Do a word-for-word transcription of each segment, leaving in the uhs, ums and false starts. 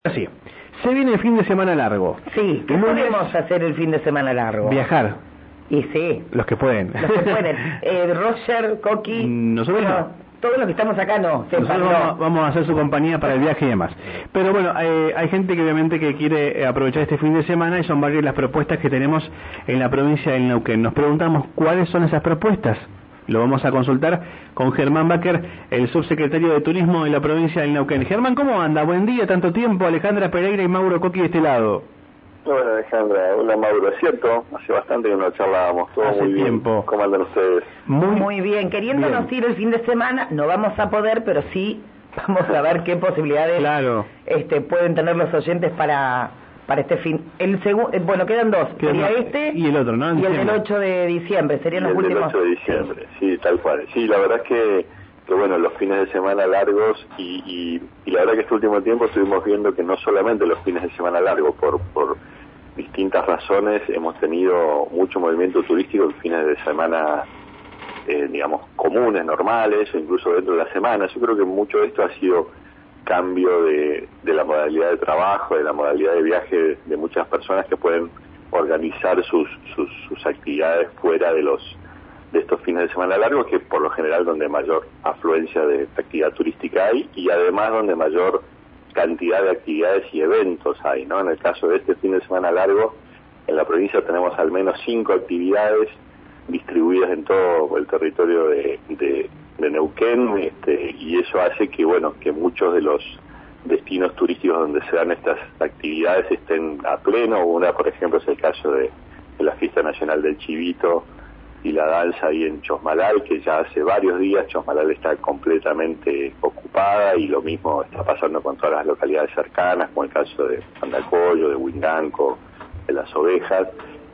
Sí, se viene el fin de semana largo. Sí, ¿qué podemos hacer el fin de semana largo? Viajar. Y sí. Los que pueden. Los que pueden. Eh, Roger, Coqui... Nosotros bueno, no. Todos los que estamos acá no. Nosotros no. vamos, vamos a hacer su compañía para el viaje y demás. Pero bueno, eh, hay gente que obviamente que quiere aprovechar este fin de semana y son varias las propuestas que tenemos en la provincia del Neuquén. Nos preguntamos cuáles son esas propuestas. Lo vamos a consultar con Germán Baker, el subsecretario de Turismo de la provincia del Neuquén. Germán, ¿cómo anda? Buen día, tanto tiempo. Alejandra Pereira y Mauro Coqui de este lado. Hola Alejandra, hola Mauro, es cierto, hace bastante que no charlábamos, todo hace muy bien. Tiempo. ¿Cómo andan ustedes? Muy, muy bien, queriéndonos bien. Ir el fin de semana, no vamos a poder, pero sí vamos a ver qué posibilidades claro. este, pueden tener los oyentes para... para este fin. El segundo, bueno, quedan dos. Quedan Sería dos. este y el otro, ¿no? Y el del ocho de diciembre, serían los el últimos. El ocho de diciembre, sí, tal cual. Sí, la verdad es que, que bueno, los fines de semana largos y, y, y la verdad que este último tiempo estuvimos viendo que no solamente los fines de semana largos, por, por distintas razones hemos tenido mucho movimiento turístico en fines de semana, eh, digamos, comunes, normales, o incluso dentro de la semana. Yo creo que mucho de esto ha sido cambio de, de la modalidad de trabajo, de la modalidad de viaje de muchas personas que pueden organizar sus, sus, sus actividades fuera de los de estos fines de semana largos, que por lo general donde mayor afluencia de actividad turística hay y además donde mayor cantidad de actividades y eventos hay, ¿no? En el caso de este fin de semana largo, en la provincia tenemos al menos cinco actividades distribuidas en todo el territorio de, de de Neuquén, este, y eso hace que bueno que muchos de los destinos turísticos donde se dan estas actividades estén a pleno. Una, por ejemplo, es el caso de, de la Fiesta Nacional del Chivito y la danza ahí en Chosmalal, que ya hace varios días Chosmalal está completamente ocupada, y lo mismo está pasando con todas las localidades cercanas, como el caso de Andacollo, de Huinganco, de Las Ovejas,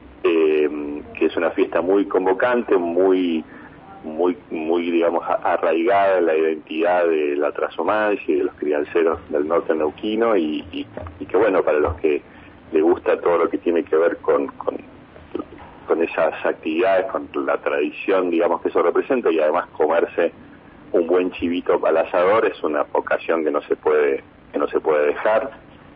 eh, que es una fiesta muy convocante, muy muy, muy digamos, arraigada en la identidad de la trashumancia y de los crianceros del norte neuquino, y, y, y que bueno, para los que les gusta todo lo que tiene que ver con, con, con esas actividades, con la tradición, digamos, que eso representa, y además comerse un buen chivito al asador es una ocasión que no se puede, que no se puede dejar.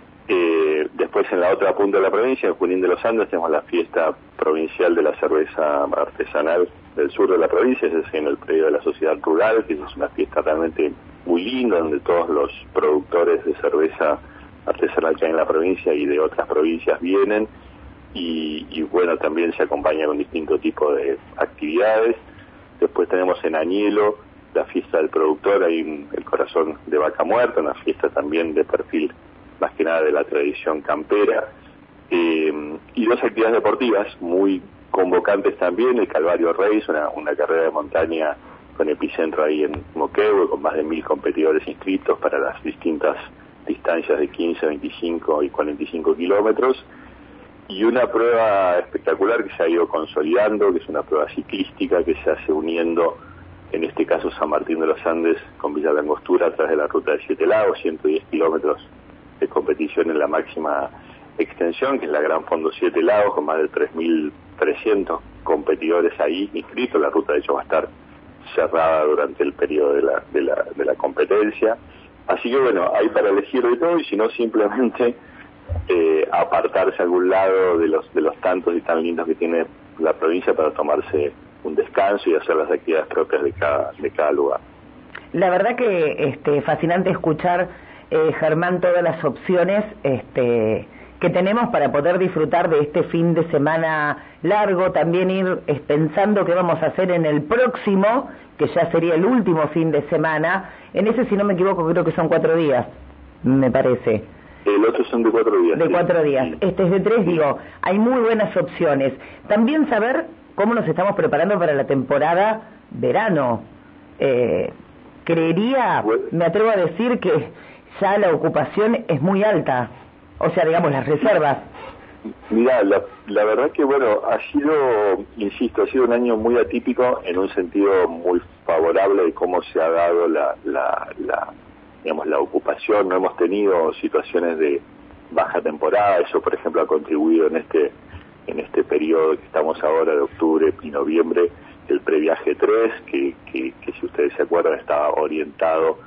Eh, después en la otra punta de la provincia, en Junín de los Andes, tenemos la fiesta provincial de la cerveza artesanal del sur de la provincia, es en el predio de la Sociedad Rural, que es una fiesta realmente muy linda, donde todos los productores de cerveza artesanal que hay en la provincia y de otras provincias vienen, y, y bueno, también se acompaña con distintos tipos de actividades. Después tenemos en Añelo la fiesta del productor, ahí el corazón de vaca muerta, una fiesta también de perfil más que nada de la tradición campera, eh, y dos actividades deportivas muy convocantes también: el Calvario Race, una, una carrera de montaña con epicentro ahí en Moquegua, con más de mil competidores inscritos para las distintas distancias de quince, veinticinco y cuarenta y cinco kilómetros, y una prueba espectacular que se ha ido consolidando, que es una prueba ciclística que se hace uniendo, en este caso, San Martín de los Andes con Villa La Angostura a través de la ruta de Siete Lagos, ciento diez kilómetros de competición en la máxima extensión, que es la Gran Fondo Siete Lagos, con más de tres mil trescientos competidores ahí inscritos. La ruta de hecho va a estar cerrada durante el periodo de la, de la, de la competencia. Así que bueno, hay para elegir de todo, y si no, simplemente eh, apartarse a algún lado de los, de los tantos y tan lindos que tiene la provincia para tomarse un descanso y hacer las actividades propias de cada, de cada lugar. La verdad que este, fascinante escuchar, eh, Germán, todas las opciones este, que tenemos para poder disfrutar de este fin de semana largo. También ir eh, pensando qué vamos a hacer en el próximo, que ya sería el último fin de semana. En ese, si no me equivoco, creo que son cuatro días, me parece. El otro son de cuatro días. De sí. cuatro días. Sí. Este es de tres, digo, hay muy buenas opciones. También saber cómo nos estamos preparando para la temporada verano. Eh, creería, bueno, me atrevo a decir que ya la ocupación es muy alta, o sea, digamos, las reservas. Mira, la, la verdad que, bueno, ha sido, insisto, ha sido un año muy atípico en un sentido muy favorable de cómo se ha dado la, la, la digamos, la ocupación. No hemos tenido situaciones de baja temporada. Eso, por ejemplo, ha contribuido en este en este periodo que estamos ahora, de octubre y noviembre, el previaje tres, que, que, que si ustedes se acuerdan estaba orientado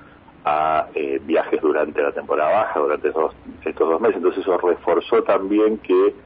a eh, viajes durante la temporada baja, durante estos, estos dos meses. Entonces eso reforzó también que,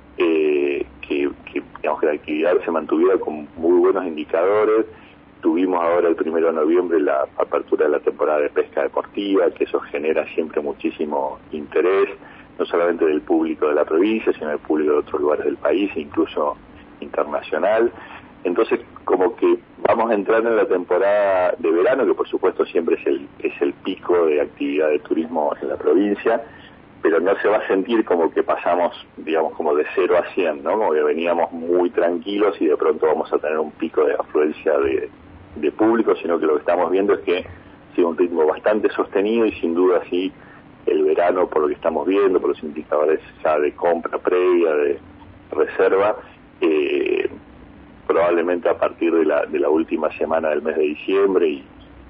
eh, que, que, digamos, que la actividad se mantuviera con muy buenos indicadores. Tuvimos ahora el primero de noviembre la apertura de la temporada de pesca deportiva, que eso genera siempre muchísimo interés, no solamente del público de la provincia, sino del público de otros lugares del país, e incluso internacional. Entonces, como que vamos a entrar en la temporada de verano, que por supuesto siempre es el, es el pico de actividad de turismo en la provincia, pero no se va a sentir como que pasamos, digamos, como de cero a cien, ¿no? Como que veníamos muy tranquilos y de pronto vamos a tener un pico de afluencia de, de público, sino que lo que estamos viendo es que sigue un ritmo bastante sostenido y sin duda sí el verano, por lo que estamos viendo, por los indicadores ya de compra previa, de reserva, eh, probablemente a partir de la, de la última semana del mes de diciembre y,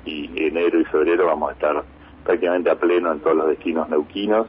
y enero y febrero vamos a estar prácticamente a pleno en todos los destinos neuquinos.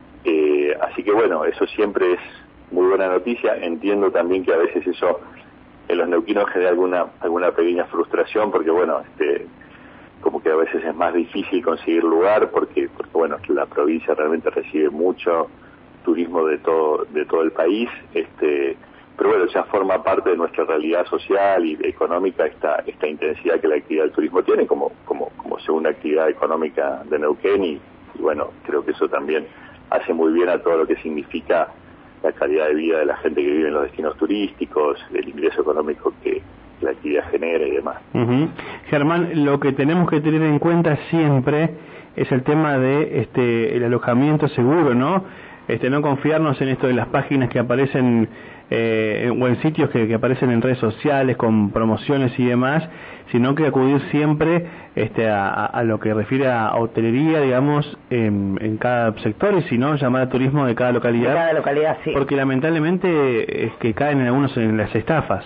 Eh, así que bueno, eso siempre es muy buena noticia. Entiendo también que a veces eso en los neuquinos genera alguna alguna pequeña frustración, porque bueno, este como que a veces es más difícil conseguir lugar, porque, porque bueno, la provincia realmente recibe mucho turismo de todo de todo el país, este pero bueno, ya forma parte de nuestra realidad social y económica esta esta intensidad que la actividad del turismo tiene como como como segunda actividad económica de Neuquén, y, y bueno, creo que eso también hace muy bien a todo lo que significa la calidad de vida de la gente que vive en los destinos turísticos, el ingreso económico que la actividad genera y demás. Uh-huh. Germán, lo que tenemos que tener en cuenta siempre es el tema de este el alojamiento seguro, ¿no? Este, no confiarnos en esto de las páginas que aparecen eh, o en sitios que, que aparecen en redes sociales con promociones y demás, sino que acudir siempre este, a, a lo que refiere a hotelería, digamos, en, en cada sector, y si no, llamar a turismo de cada localidad. De cada localidad, sí. Porque lamentablemente es que caen en algunos en las estafas.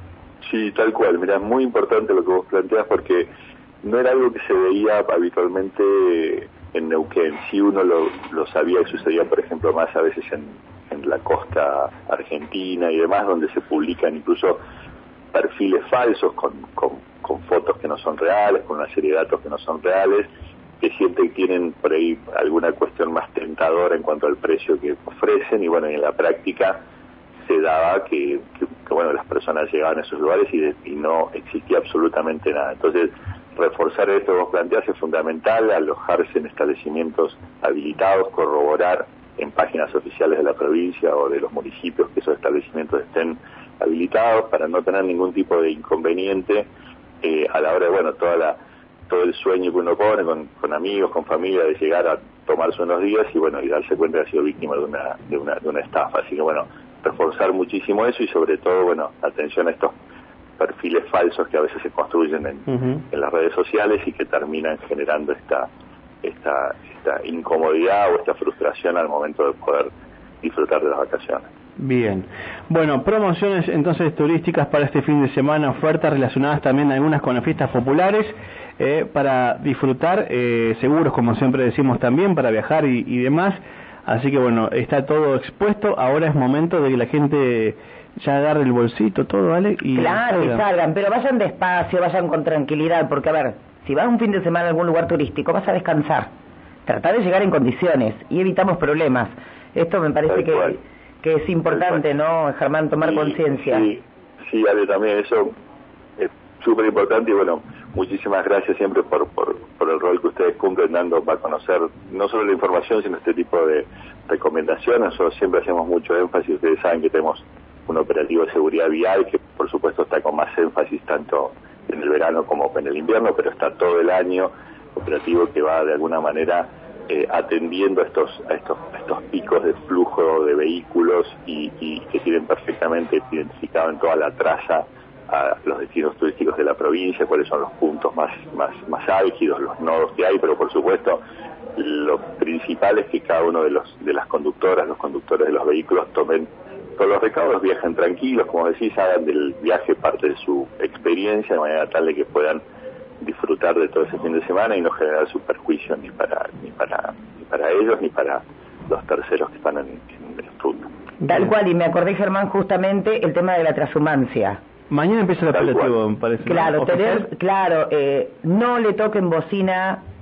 Sí, tal cual. Mira, es muy importante lo que vos planteas, porque no era algo que se veía habitualmente en Neuquén. Sí, uno lo, lo sabía que sucedía, por ejemplo, más a veces en, en la costa argentina y demás, donde se publican incluso perfiles falsos con, con, con fotos que no son reales, con una serie de datos que no son reales, que siempre tienen por ahí alguna cuestión más tentadora en cuanto al precio que ofrecen, y bueno, en la práctica se daba que, que, que bueno, las personas llegaban a esos lugares y, de, y no existía absolutamente nada. Entonces, reforzar esto que vos planteás es fundamental, alojarse en establecimientos habilitados, corroborar en páginas oficiales de la provincia o de los municipios que esos establecimientos estén habilitados para no tener ningún tipo de inconveniente eh, a la hora de, bueno, toda la, todo el sueño que uno pone con, con amigos, con familia, de llegar a tomarse unos días y bueno, y darse cuenta que ha sido víctima de una, de una, de una estafa. Así que bueno, reforzar muchísimo eso y sobre todo, bueno, atención a estos perfiles falsos que a veces se construyen en, uh-huh. en las redes sociales y que terminan generando esta, esta, esta incomodidad o esta frustración al momento de poder disfrutar de las vacaciones. Bien. Bueno, promociones entonces turísticas para este fin de semana, ofertas relacionadas también algunas con las fiestas populares, eh, para disfrutar, eh, seguros como siempre decimos también, para viajar y, y demás. Así que bueno, está todo expuesto. Ahora es momento de que la gente ya agarre el bolsito, todo, ¿vale? Y claro, salgan. y salgan, pero vayan despacio, vayan con tranquilidad, porque a ver, si vas un fin de semana a algún lugar turístico, vas a descansar. Trata de llegar en condiciones y evitamos problemas. Esto me parece que, que es importante, ¿no, Germán, tomar sí, conciencia? Sí, sí, Ale, también eso es súper importante y bueno, muchísimas gracias siempre por, por, por el rol que ustedes cumplen dando para conocer no solo la información, sino este tipo de recomendaciones. Nosotros siempre hacemos mucho énfasis, ustedes saben que tenemos un operativo de seguridad vial que por supuesto está con más énfasis tanto en el verano como en el invierno, pero está todo el año, operativo que va de alguna manera eh, atendiendo a estos, a estos a estos picos de flujo de vehículos y, y que tienen perfectamente identificado en toda la traza a los destinos turísticos de la provincia, cuáles son los puntos más, más, más álgidos, los nodos que hay, pero por supuesto lo principal es que cada uno de los de las conductoras, los conductores de los vehículos tomen todos los recaudos, viajen tranquilos, como decís, hagan del viaje parte de su experiencia de manera tal de que puedan disfrutar de todo ese fin de semana y no generar su perjuicio ni para ni para ni para ellos ni para los terceros que están en, en el ruta. Tal cual, y me acordé, Germán, justamente el tema de la transhumancia. Mañana empieza el operativo, me parece. Claro, tener, claro, eh, no le toquen bocina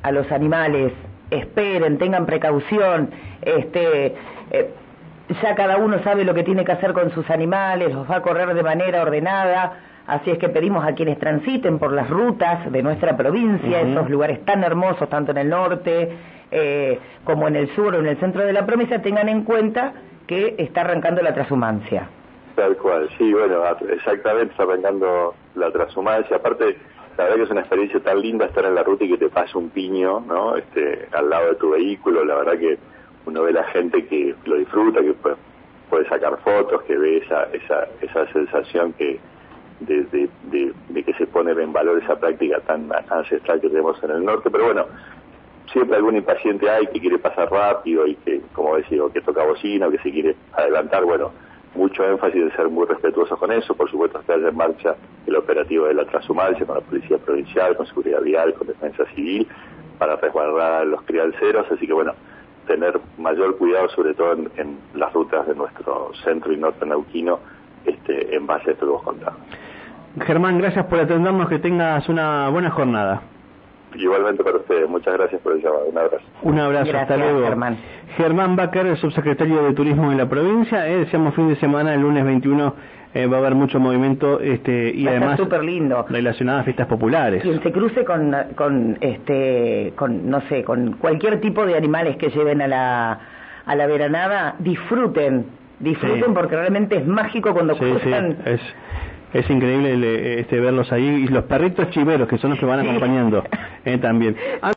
a los animales, esperen, tengan precaución, este, eh, ya cada uno sabe lo que tiene que hacer con sus animales, los va a correr de manera ordenada, así es que pedimos a quienes transiten por las rutas de nuestra provincia, uh-huh. esos lugares tan hermosos, tanto en el norte eh, como en el sur o en el centro de la provincia, tengan en cuenta que está arrancando la transhumancia. Tal cual, sí, bueno, exactamente, está arrancando la transhumancia. Aparte, la verdad que es una experiencia tan linda estar en la ruta y que te pase un piño, ¿no? Este, al lado de tu vehículo. La verdad que uno ve la gente que lo disfruta, que puede, puede sacar fotos, que ve esa esa esa sensación que de, de, de, de que se pone en valor esa práctica tan ancestral que tenemos en el norte. Pero bueno, siempre algún impaciente hay que quiere pasar rápido y que, como decía, que toca bocina o que se quiere adelantar. Bueno, mucho énfasis en ser muy respetuosos con eso. Por supuesto, está en marcha el operativo de la transhumancia con la Policía Provincial, con Seguridad Vial, con Defensa Civil, para resguardar a los crianceros. Así que, bueno, tener mayor cuidado, sobre todo en, en las rutas de nuestro centro y norte neuquino, este, en base a esto que vos contabas. Germán, gracias por atendernos, que tengas una buena jornada. Igualmente para ustedes, muchas gracias por el llamado, un abrazo. Un abrazo, gracias, hasta luego. Germán. Germán Baker, subsecretario de Turismo en la provincia. Eh, decíamos fin de semana, el lunes veintiuno eh, va a haber mucho movimiento este y va además súper lindo, relacionado a fiestas populares. Quien se cruce con, con este, con no sé, con cualquier tipo de animales que lleven a la a la veranada, disfruten, disfruten sí. porque realmente es mágico cuando sí, cruzan. Sí, es Es increíble este verlos ahí, y los perritos chiveros, que son los que van acompañando eh, también.